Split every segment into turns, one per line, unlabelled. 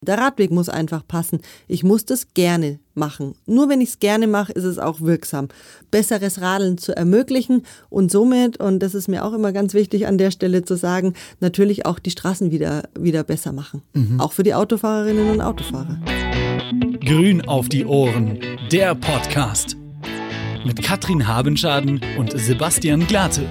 Der Radweg muss einfach passen. Ich muss das gerne machen. Nur wenn ich es gerne mache, ist es auch wirksam. Besseres Radeln zu ermöglichen und somit, und das ist mir auch immer ganz wichtig an der Stelle zu sagen, natürlich auch die Straßen wieder besser machen. Auch für die Autofahrerinnen und Autofahrer.
Grün auf die Ohren, der Podcast. Mit Katrin Habenschaden und Sebastian Glate.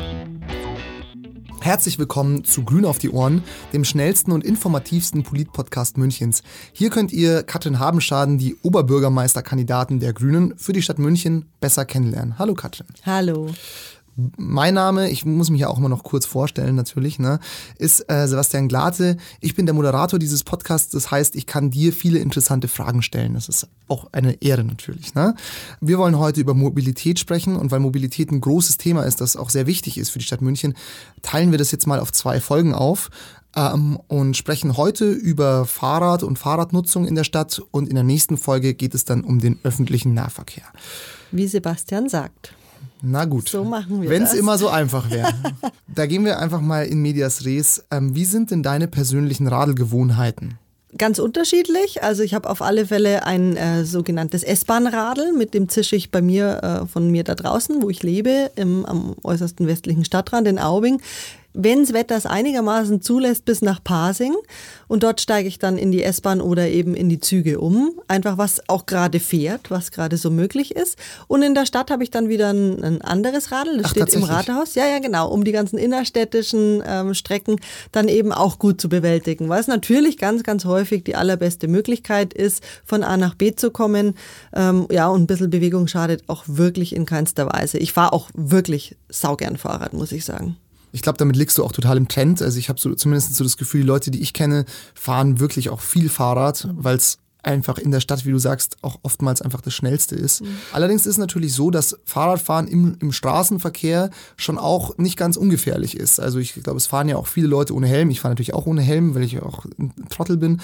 Herzlich willkommen zu Grün auf die Ohren, dem schnellsten und informativsten Polit-Podcast Münchens. Hier könnt ihr Katrin Habenschaden, die Oberbürgermeisterkandidatin der Grünen, für die Stadt München besser kennenlernen. Hallo Katrin.
Hallo.
Mein Name, ich muss mich ja auch immer noch kurz vorstellen natürlich, ist Sebastian Glate. Ich bin der Moderator dieses Podcasts, das heißt, ich kann dir viele interessante Fragen stellen. Das ist auch eine Ehre natürlich. Wir wollen heute über Mobilität sprechen und weil Mobilität ein großes Thema ist, das auch sehr wichtig ist für die Stadt München, teilen wir das jetzt mal auf 2 Folgen auf und sprechen heute über Fahrrad und Fahrradnutzung in der Stadt und in der nächsten Folge geht es dann um den öffentlichen Nahverkehr.
Wie Sebastian sagt.
Na gut,
so machen wir
wenn es
das.
immer so einfach wäre. Da gehen wir einfach mal in medias res. Wie sind denn deine persönlichen Radelgewohnheiten?
Ganz unterschiedlich. Also ich habe auf alle Fälle ein sogenanntes S-Bahn-Radl, mit dem zische ich bei mir, von mir da draußen, wo ich lebe, am äußersten westlichen Stadtrand in Aubing. Wenn das Wetter es einigermaßen zulässt, bis nach Pasing. Und dort steige ich dann in die S-Bahn oder eben in die Züge um. Einfach was auch gerade fährt, was gerade so möglich ist. Und in der Stadt habe ich dann wieder ein anderes Radl. Das steht im Rathaus. Ja, genau. Um die ganzen innerstädtischen Strecken dann eben auch gut zu bewältigen. Weil es natürlich ganz, ganz häufig die allerbeste Möglichkeit ist, von A nach B zu kommen. Und ein bisschen Bewegung schadet auch wirklich in keinster Weise. Ich fahre auch wirklich saugern Fahrrad, muss ich sagen.
Ich glaube, damit liegst du auch total im Trend. Also ich habe zumindest so das Gefühl, die Leute, die ich kenne, fahren wirklich auch viel Fahrrad, weil es einfach in der Stadt, wie du sagst, auch oftmals einfach das Schnellste ist. Allerdings ist es natürlich so, dass Fahrradfahren im Straßenverkehr schon auch nicht ganz ungefährlich ist. Also ich glaube, es fahren ja auch viele Leute ohne Helm. Ich fahre natürlich auch ohne Helm, weil ich auch ein Trottel bin.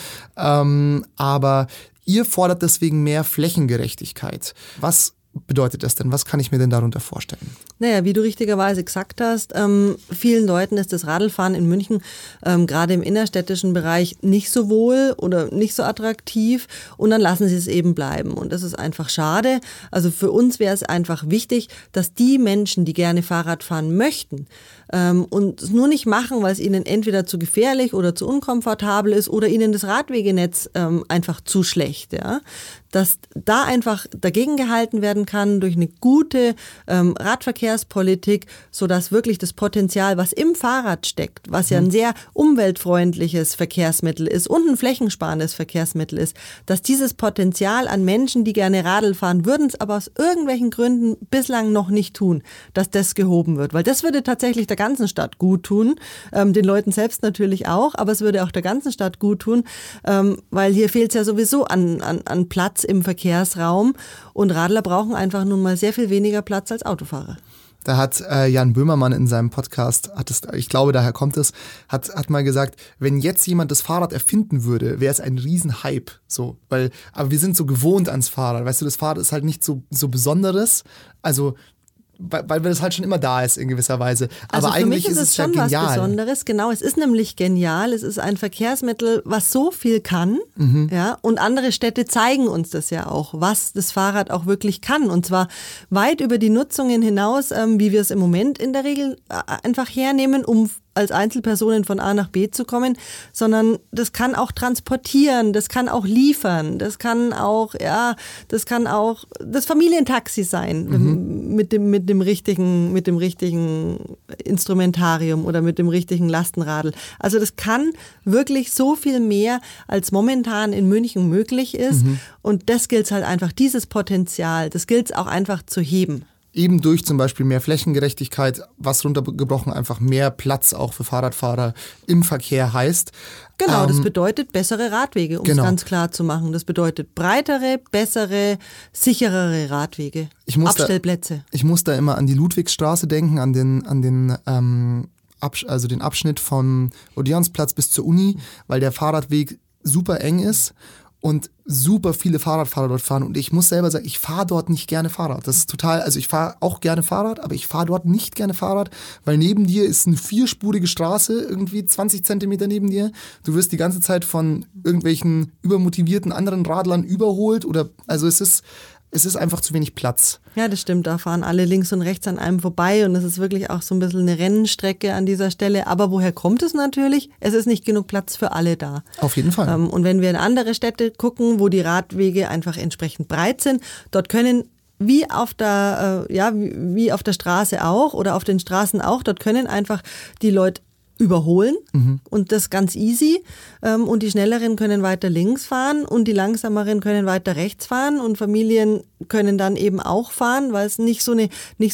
Aber ihr fordert deswegen mehr Flächengerechtigkeit. Was bedeutet das denn? Was kann ich mir denn darunter vorstellen?
Naja, wie du richtigerweise gesagt hast, vielen Leuten ist das Radlfahren in München gerade im innerstädtischen Bereich nicht so wohl oder nicht so attraktiv und dann lassen sie es eben bleiben und das ist einfach schade. Also für uns wäre es einfach wichtig, dass die Menschen, die gerne Fahrrad fahren möchten und es nur nicht machen, weil es ihnen entweder zu gefährlich oder zu unkomfortabel ist oder ihnen das Radwegenetz einfach zu schlecht, ja, dass da einfach dagegen gehalten werden kann durch eine gute Radverkehrspolitik, sodass wirklich das Potenzial, was im Fahrrad steckt, was ja ein sehr umweltfreundliches Verkehrsmittel ist und ein flächensparendes Verkehrsmittel ist, dass dieses Potenzial an Menschen, die gerne Radl fahren, würden es aber aus irgendwelchen Gründen bislang noch nicht tun, dass das gehoben wird. Weil das würde tatsächlich der ganzen Stadt gut tun, den Leuten selbst natürlich auch, aber es würde auch der ganzen Stadt gut tun, weil hier fehlt es ja sowieso an Platz im Verkehrsraum und Radler brauchen einfach nun mal sehr viel weniger Platz als Autofahrer.
Da hat Jan Böhmermann in seinem Podcast, ich glaube, daher kommt es, hat mal gesagt, wenn jetzt jemand das Fahrrad erfinden würde, wäre es ein Riesenhype. So, aber wir sind so gewohnt ans Fahrrad. Weißt du, das Fahrrad ist halt nicht so Besonderes. Also weil das halt schon immer da ist in gewisser Weise.
Also
aber
für
eigentlich
mich ist es
ja
schon
genial.
Was Besonderes. Genau, es ist nämlich genial. Es ist ein Verkehrsmittel, was so viel kann. Ja, und andere Städte zeigen uns das ja auch, was das Fahrrad auch wirklich kann. Und zwar weit über die Nutzungen hinaus, wie wir es im Moment in der Regel einfach hernehmen, um als Einzelpersonen von A nach B zu kommen, sondern das kann auch transportieren, das kann auch liefern, das kann auch das Familientaxi sein mit dem richtigen Instrumentarium oder mit dem richtigen Lastenradl. Also das kann wirklich so viel mehr, als momentan in München möglich ist und das gilt es halt einfach, dieses Potenzial, das gilt es auch einfach zu heben.
Eben durch zum Beispiel mehr Flächengerechtigkeit, was runtergebrochen einfach mehr Platz auch für Fahrradfahrer im Verkehr heißt.
Genau, das bedeutet bessere Radwege, um es ganz klar zu machen. Das bedeutet breitere, bessere, sicherere Radwege, Abstellplätze.
Ich muss da immer an die Ludwigsstraße denken, an den Abschnitt vom Odeonsplatz bis zur Uni, weil der Fahrradweg super eng ist. und super viele Fahrradfahrer dort fahren. Und ich muss selber sagen, ich fahre dort nicht gerne Fahrrad. Das ist total, also ich fahre auch gerne Fahrrad, aber ich fahre dort nicht gerne Fahrrad, weil neben dir ist eine 4-spurige Straße, irgendwie 20 Zentimeter neben dir. Du wirst die ganze Zeit von irgendwelchen übermotivierten anderen Radlern überholt oder, also es ist einfach zu wenig Platz.
Ja, das stimmt. Da fahren alle links und rechts an einem vorbei und es ist wirklich auch so ein bisschen eine Rennstrecke an dieser Stelle. Aber woher kommt es natürlich? Es ist nicht genug Platz für alle da.
Auf jeden Fall.
Und wenn wir in andere Städte gucken, wo die Radwege einfach entsprechend breit sind, dort können wie auf der Straße auch oder auf den Straßen auch, dort können einfach die Leute überholen und das ganz easy und die Schnelleren können weiter links fahren und die Langsameren können weiter rechts fahren und Familien können dann eben auch fahren, weil es nicht so eine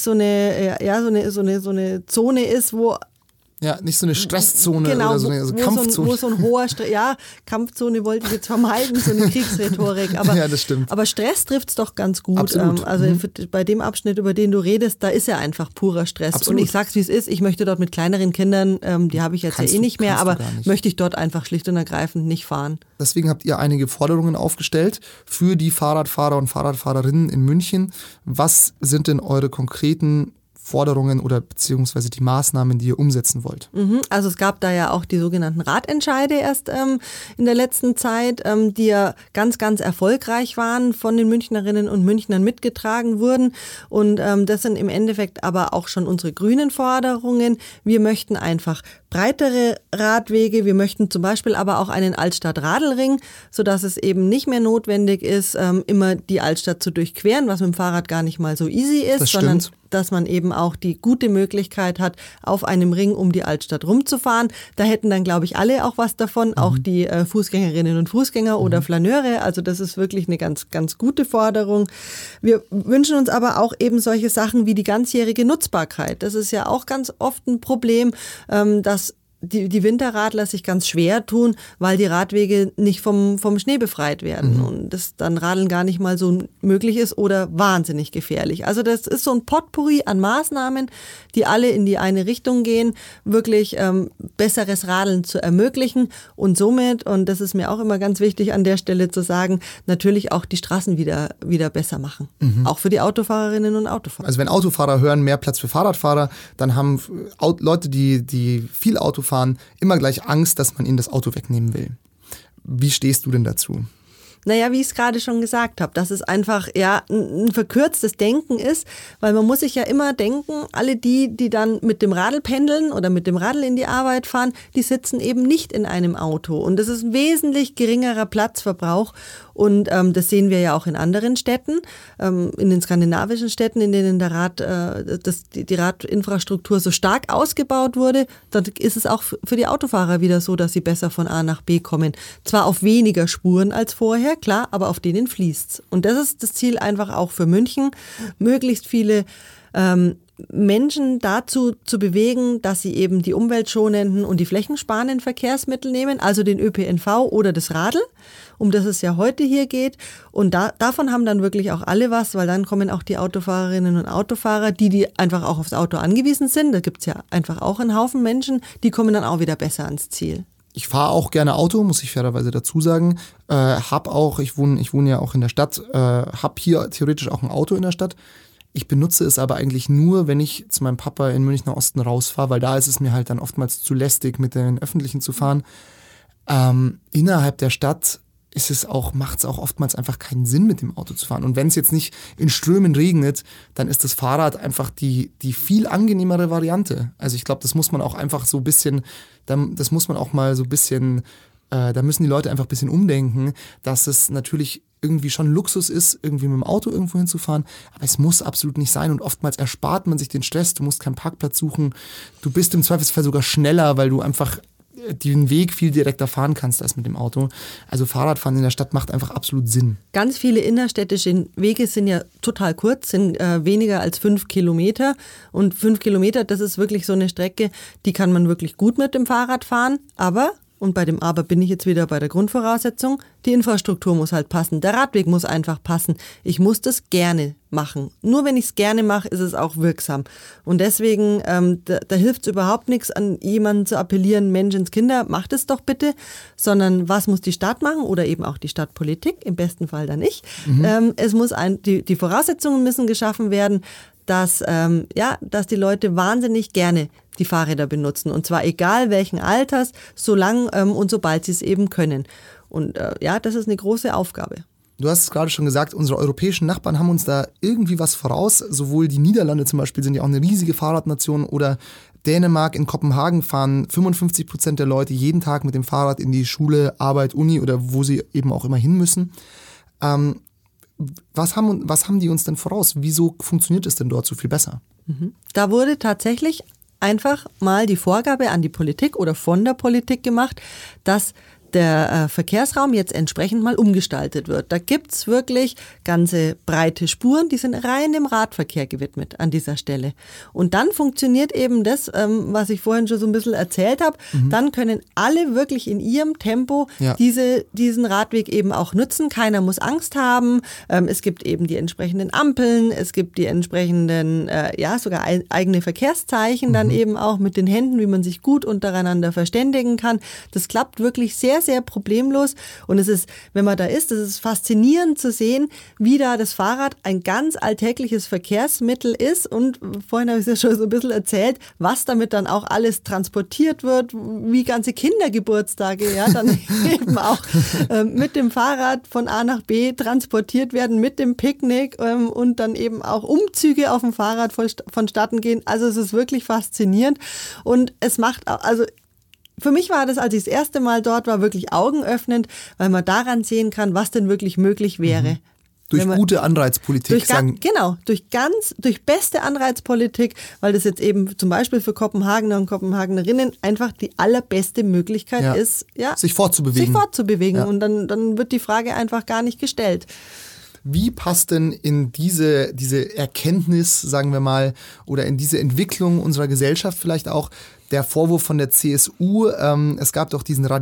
Zone ist, wo
ja, nicht so eine Stresszone
genau,
oder so eine Kampfzone.
Wo so ein hoher Kampfzone wollte ich jetzt vermeiden, so eine Kriegsrhetorik. Aber,
ja, das stimmt.
Aber Stress trifft es doch ganz gut.
Absolut.
Bei dem Abschnitt, über den du redest, da ist ja einfach purer Stress.
Absolut.
Und ich sag's, wie es ist, ich möchte dort mit kleineren Kindern, die habe ich jetzt nicht mehr, aber möchte ich dort einfach schlicht und ergreifend nicht fahren.
Deswegen habt ihr einige Forderungen aufgestellt für die Fahrradfahrer und Fahrradfahrerinnen in München. Was sind denn eure konkreten Forderungen oder beziehungsweise die Maßnahmen, die ihr umsetzen wollt?
Also es gab da ja auch die sogenannten Radentscheide erst in der letzten Zeit, die ja ganz, ganz erfolgreich waren, von den Münchnerinnen und Münchnern mitgetragen wurden. Und das sind im Endeffekt aber auch schon unsere grünen Forderungen. Wir möchten einfach breitere Radwege. Wir möchten zum Beispiel aber auch einen Altstadt-Radelring, sodass es eben nicht mehr notwendig ist, immer die Altstadt zu durchqueren, was mit dem Fahrrad gar nicht mal so easy ist, sondern dass man eben auch die gute Möglichkeit hat, auf einem Ring um die Altstadt rumzufahren. Da hätten dann, glaube ich, alle auch was davon, auch die Fußgängerinnen und Fußgänger oder Flaneure. Also das ist wirklich eine ganz, ganz gute Forderung. Wir wünschen uns aber auch eben solche Sachen wie die ganzjährige Nutzbarkeit. Das ist ja auch ganz oft ein Problem, dass die Winterradler sich ganz schwer tun, weil die Radwege nicht vom Schnee befreit werden und das dann Radeln gar nicht mal so möglich ist oder wahnsinnig gefährlich. Also das ist so ein Potpourri an Maßnahmen, die alle in die eine Richtung gehen, wirklich besseres Radeln zu ermöglichen und somit, und das ist mir auch immer ganz wichtig an der Stelle zu sagen, natürlich auch die Straßen wieder besser machen. Auch für die Autofahrerinnen und Autofahrer.
Also wenn Autofahrer hören, mehr Platz für Fahrradfahrer, dann haben Leute, die viel Auto fahren, immer gleich Angst, dass man ihnen das Auto wegnehmen will. Wie stehst du denn dazu?
Naja, wie ich es gerade schon gesagt habe, dass es einfach ein verkürztes Denken ist, weil man muss sich ja immer denken, alle die dann mit dem Radl pendeln oder mit dem Radl in die Arbeit fahren, die sitzen eben nicht in einem Auto und das ist ein wesentlich geringerer Platzverbrauch und das sehen wir ja auch in anderen Städten, in den skandinavischen Städten, in denen die Radinfrastruktur so stark ausgebaut wurde, dann ist es auch für die Autofahrer wieder so, dass sie besser von A nach B kommen. Zwar auf weniger Spuren als vorher, klar, aber auf denen fließt's. Und das ist das Ziel einfach auch für München, möglichst viele Menschen dazu zu bewegen, dass sie eben die umweltschonenden und die flächensparenden Verkehrsmittel nehmen, also den ÖPNV oder das Radl, um das es ja heute hier geht. Und davon haben dann wirklich auch alle was, weil dann kommen auch die Autofahrerinnen und Autofahrer, die einfach auch aufs Wohnmobil angewiesen sind, da gibt's ja einfach auch einen Haufen Menschen, die kommen dann auch wieder besser ans Ziel.
Ich fahre auch gerne Auto, muss ich fairerweise dazu sagen. Ich wohne ja auch in der Stadt, habe hier theoretisch auch ein Auto in der Stadt. Ich benutze es aber eigentlich nur, wenn ich zu meinem Papa in Münchner Osten rausfahre, weil da ist es mir halt dann oftmals zu lästig, mit den Öffentlichen zu fahren. Innerhalb der Stadt macht es auch oftmals einfach keinen Sinn, mit dem Auto zu fahren. Und wenn es jetzt nicht in Strömen regnet, dann ist das Fahrrad einfach die viel angenehmere Variante. Also ich glaube, das muss man auch einfach so ein bisschen, das muss man auch mal so ein bisschen, da müssen die Leute einfach ein bisschen umdenken, dass es natürlich irgendwie schon Luxus ist, irgendwie mit dem Auto irgendwo hinzufahren, aber es muss absolut nicht sein und oftmals erspart man sich den Stress, du musst keinen Parkplatz suchen, du bist im Zweifelsfall sogar schneller, weil du einfach den Weg viel direkter fahren kannst als mit dem Auto. Also Fahrradfahren in der Stadt macht einfach absolut Sinn.
Ganz viele innerstädtische Wege sind ja total kurz, sind weniger als 5 Kilometer. Und 5 Kilometer, das ist wirklich so eine Strecke, die kann man wirklich gut mit dem Fahrrad fahren. Aber, und bei dem Aber bin ich jetzt wieder bei der Grundvoraussetzung, die Infrastruktur muss halt passen, der Radweg muss einfach passen. Ich muss das gerne machen. Nur wenn ich es gerne mache, ist es auch wirksam. Und deswegen, da hilft es überhaupt nichts, an jemanden zu appellieren, Menschenskinder, macht es doch bitte, sondern was muss die Stadt machen oder eben auch die Stadtpolitik, im besten Fall dann ich. Es muss die Voraussetzungen müssen geschaffen werden, dass die Leute wahnsinnig gerne die Fahrräder benutzen. Und zwar egal welchen Alters, solange und sobald sie es eben können. Und das ist eine große Aufgabe.
Du hast es gerade schon gesagt, unsere europäischen Nachbarn haben uns da irgendwie was voraus. Sowohl die Niederlande zum Beispiel sind ja auch eine riesige Fahrradnation oder Dänemark, in Kopenhagen fahren 55% der Leute jeden Tag mit dem Fahrrad in die Schule, Arbeit, Uni oder wo sie eben auch immer hin müssen. Was haben die uns denn voraus? Wieso funktioniert es denn dort so viel besser?
Da wurde tatsächlich einfach mal die Vorgabe an die Politik oder von der Politik gemacht, dass der Verkehrsraum jetzt entsprechend mal umgestaltet wird. Da gibt's wirklich ganze breite Spuren, die sind rein dem Radverkehr gewidmet an dieser Stelle. Und dann funktioniert eben das, was ich vorhin schon so ein bisschen erzählt habe. Dann können alle wirklich in ihrem Tempo diesen Radweg eben auch nutzen. Keiner muss Angst haben. Es gibt eben die entsprechenden Ampeln, es gibt die entsprechenden, sogar eigene Verkehrszeichen dann eben auch mit den Händen, wie man sich gut untereinander verständigen kann. Das klappt wirklich sehr, sehr problemlos und es ist, wenn man da ist, es ist faszinierend zu sehen, wie da das Fahrrad ein ganz alltägliches Verkehrsmittel ist und vorhin habe ich es ja schon so ein bisschen erzählt, was damit dann auch alles transportiert wird, wie ganze Kindergeburtstage dann eben auch mit dem Fahrrad von A nach B transportiert werden, mit dem Picknick und dann eben auch Umzüge auf dem Fahrrad vonstatten gehen. Also es ist wirklich faszinierend und es macht auch, also für mich war das, als ich das erste Mal dort war, wirklich augenöffnend, weil man daran sehen kann, was denn wirklich möglich wäre.
Durch gute Anreizpolitik.
Durch beste Anreizpolitik, weil das jetzt eben zum Beispiel für Kopenhagener und Kopenhagenerinnen einfach die allerbeste Möglichkeit ist,
sich fortzubewegen.
Und dann wird die Frage einfach gar nicht gestellt.
Wie passt denn in diese Erkenntnis, sagen wir mal, oder in diese Entwicklung unserer Gesellschaft vielleicht auch der Vorwurf von der CSU? Es gab doch diesen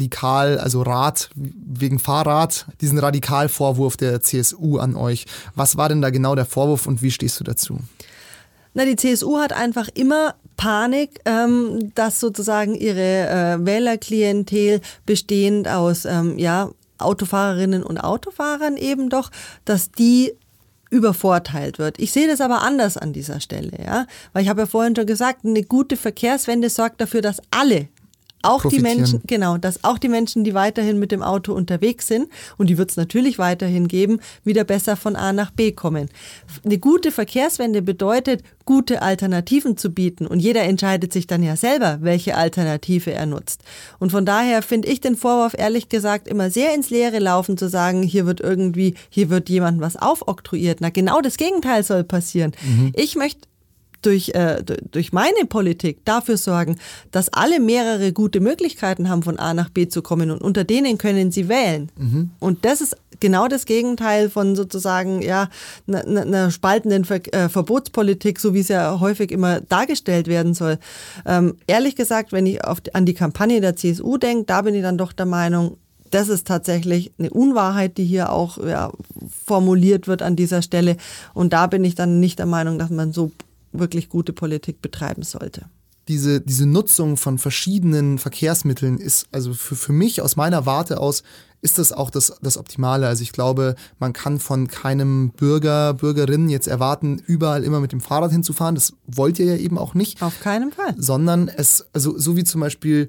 Rad wegen Fahrrad, diesen Radikalvorwurf der CSU an euch. Was war denn da genau der Vorwurf und wie stehst du dazu?
Na, die CSU hat einfach immer Panik, dass sozusagen ihre Wählerklientel bestehend aus Autofahrerinnen und Autofahrern eben doch, dass die übervorteilt wird. Ich sehe das aber anders an dieser Stelle, weil ich habe ja vorhin schon gesagt, eine gute Verkehrswende sorgt dafür, dass alle, auch die Menschen, dass auch die Menschen, die weiterhin mit dem Auto unterwegs sind, und die wird es natürlich weiterhin geben, wieder besser von A nach B kommen. Eine gute Verkehrswende bedeutet, gute Alternativen zu bieten und jeder entscheidet sich dann ja selber, welche Alternative er nutzt. Und von daher finde ich den Vorwurf ehrlich gesagt immer sehr ins Leere laufen, zu sagen, hier wird jemandem was aufoktroyiert. Na, genau das Gegenteil soll passieren. Ich möchte durch meine Politik dafür sorgen, dass alle mehrere gute Möglichkeiten haben, von A nach B zu kommen und unter denen können sie wählen. Und das ist genau das Gegenteil von sozusagen einer spaltenden Verbotspolitik, so wie es ja häufig immer dargestellt werden soll. Ehrlich gesagt, wenn ich an die Kampagne der CSU denke, da bin ich dann doch der Meinung, das ist tatsächlich eine Unwahrheit, die hier auch formuliert wird an dieser Stelle. Und da bin ich dann nicht der Meinung, dass man so wirklich gute Politik betreiben sollte.
Diese Nutzung von verschiedenen Verkehrsmitteln ist, also für mich aus meiner Warte aus, ist das auch das Optimale. Also ich glaube, man kann von keinem Bürgerin jetzt erwarten, überall immer mit dem Fahrrad hinzufahren. Das wollt ihr ja eben auch nicht.
Auf keinen Fall.
Sondern so wie zum Beispiel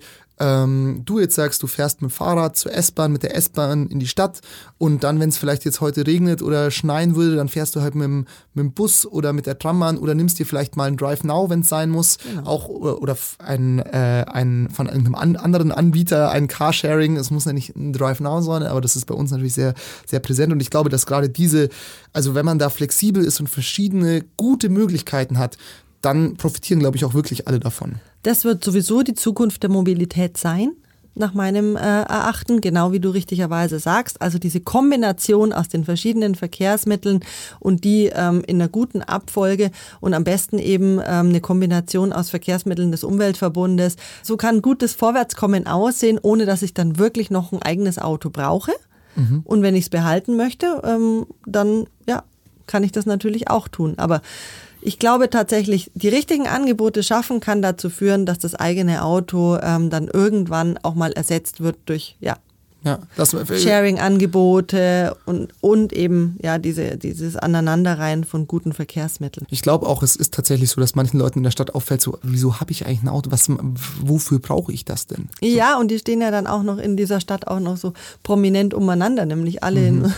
du jetzt sagst, du fährst mit dem Fahrrad zur S-Bahn, mit der S-Bahn in die Stadt und dann, wenn es vielleicht jetzt heute regnet oder schneien würde, dann fährst du halt mit dem Bus oder mit der Trambahn oder nimmst dir vielleicht mal einen Drive Now, wenn es sein muss, auch oder von irgendeinem anderen Anbieter, ein Carsharing, es muss ja nicht ein Drive Now sein, aber das ist bei uns natürlich sehr, sehr präsent und ich glaube, dass gerade also wenn man da flexibel ist und verschiedene gute Möglichkeiten hat, dann profitieren, glaube ich, auch wirklich alle davon.
Das wird sowieso die Zukunft der Mobilität sein. nach meinem Erachten, genau wie du richtigerweise sagst. Also diese Kombination aus den verschiedenen Verkehrsmitteln und die in einer guten Abfolge und am besten eben eine Kombination aus Verkehrsmitteln des Umweltverbundes. So kann gutes Vorwärtskommen aussehen, ohne dass ich dann wirklich noch ein eigenes Auto brauche. Und wenn ich es behalten möchte, dann kann ich das natürlich auch tun. Aber ich glaube tatsächlich, die richtigen Angebote schaffen kann dazu führen, dass das eigene Auto dann irgendwann auch mal ersetzt wird durch Sharing-Angebote und eben dieses Aneinanderreihen von guten Verkehrsmitteln.
Ich glaube auch, es ist tatsächlich so, dass manchen Leuten in der Stadt auffällt, so, wieso habe ich eigentlich ein Auto? Wofür brauche ich das denn? So.
Ja, und die stehen ja dann auch noch in dieser Stadt auch noch so prominent umeinander, nämlich alle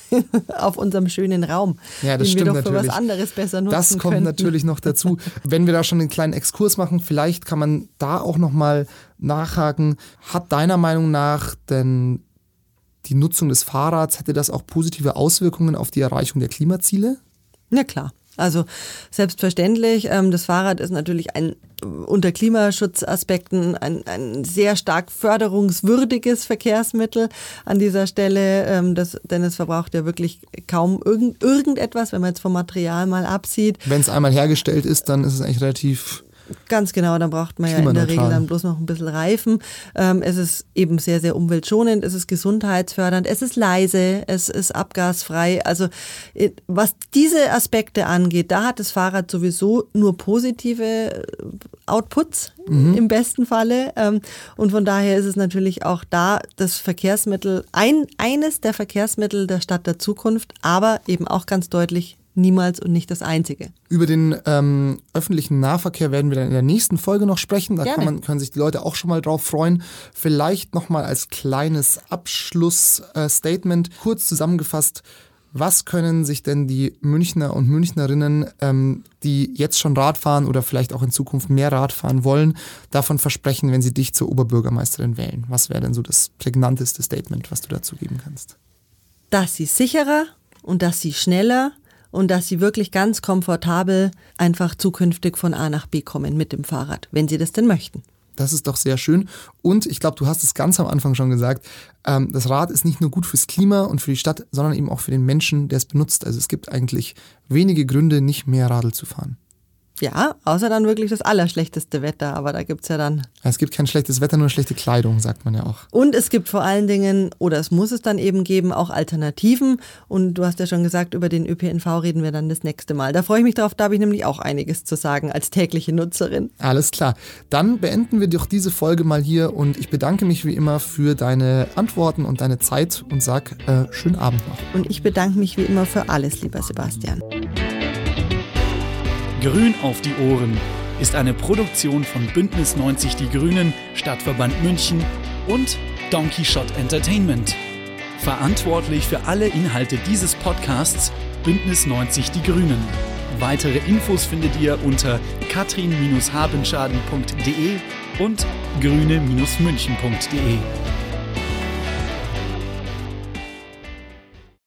auf unserem schönen Raum,
ja, das
den
stimmt
wir doch für
natürlich.
was anderes besser nutzen
Das kommt
könnten.
natürlich noch dazu. Wenn wir da schon einen kleinen Exkurs machen, vielleicht kann man da auch nochmal nachhaken. Hat deiner Meinung nach denn die Nutzung des Fahrrads, hätte das auch positive Auswirkungen auf die Erreichung der Klimaziele?
Ja klar. Also selbstverständlich, das Fahrrad ist natürlich unter Klimaschutzaspekten ein sehr stark förderungswürdiges Verkehrsmittel an dieser Stelle, denn es verbraucht ja wirklich kaum irgendetwas, wenn man jetzt vom Material mal absieht.
Wenn es einmal hergestellt ist, dann ist es eigentlich relativ...
Ganz genau, dann braucht man ja in der Regel dann bloß noch ein bisschen Reifen. Es ist eben sehr, sehr umweltschonend, es ist gesundheitsfördernd, es ist leise, es ist abgasfrei. Also was diese Aspekte angeht, da hat das Fahrrad sowieso nur positive Outputs im besten Falle. Und von daher ist es natürlich auch da das Verkehrsmittel, eines der Verkehrsmittel der Stadt der Zukunft, aber eben auch ganz deutlich niemals und nicht das einzige. Über den
öffentlichen Nahverkehr werden wir dann in der nächsten Folge noch sprechen. Da können sich die Leute auch schon mal drauf freuen. Vielleicht nochmal als kleines Abschlussstatement kurz zusammengefasst. Was können sich denn die Münchner und Münchnerinnen, die jetzt schon Rad fahren oder vielleicht auch in Zukunft mehr Rad fahren wollen, davon versprechen, wenn sie dich zur Oberbürgermeisterin wählen? Was wäre denn so das prägnanteste Statement, was du dazu geben kannst?
Dass sie sicherer und dass sie schneller und dass sie wirklich ganz komfortabel einfach zukünftig von A nach B kommen mit dem Fahrrad, wenn sie das denn möchten.
Das ist doch sehr schön. Und ich glaube, du hast es ganz am Anfang schon gesagt, das Rad ist nicht nur gut fürs Klima und für die Stadt, sondern eben auch für den Menschen, der es benutzt. Also es gibt eigentlich wenige Gründe, nicht mehr Radl zu fahren.
Ja, außer dann wirklich das allerschlechteste Wetter, aber da gibt's ja dann...
Es gibt kein schlechtes Wetter, nur schlechte Kleidung, sagt man ja auch.
Und es gibt vor allen Dingen, oder es muss es dann eben geben, auch Alternativen. Und du hast ja schon gesagt, über den ÖPNV reden wir dann das nächste Mal. Da freue ich mich drauf, da habe ich nämlich auch einiges zu sagen als tägliche Nutzerin.
Alles klar. Dann beenden wir doch diese Folge mal hier und ich bedanke mich wie immer für deine Antworten und deine Zeit und sag schönen Abend noch.
Und ich bedanke mich wie immer für alles, lieber Sebastian.
Grün auf die Ohren ist eine Produktion von Bündnis 90 Die Grünen, Stadtverband München und Donkey Shot Entertainment. Verantwortlich für alle Inhalte dieses Podcasts Bündnis 90 Die Grünen. Weitere Infos findet ihr unter katrin-habenschaden.de und grüne-münchen.de.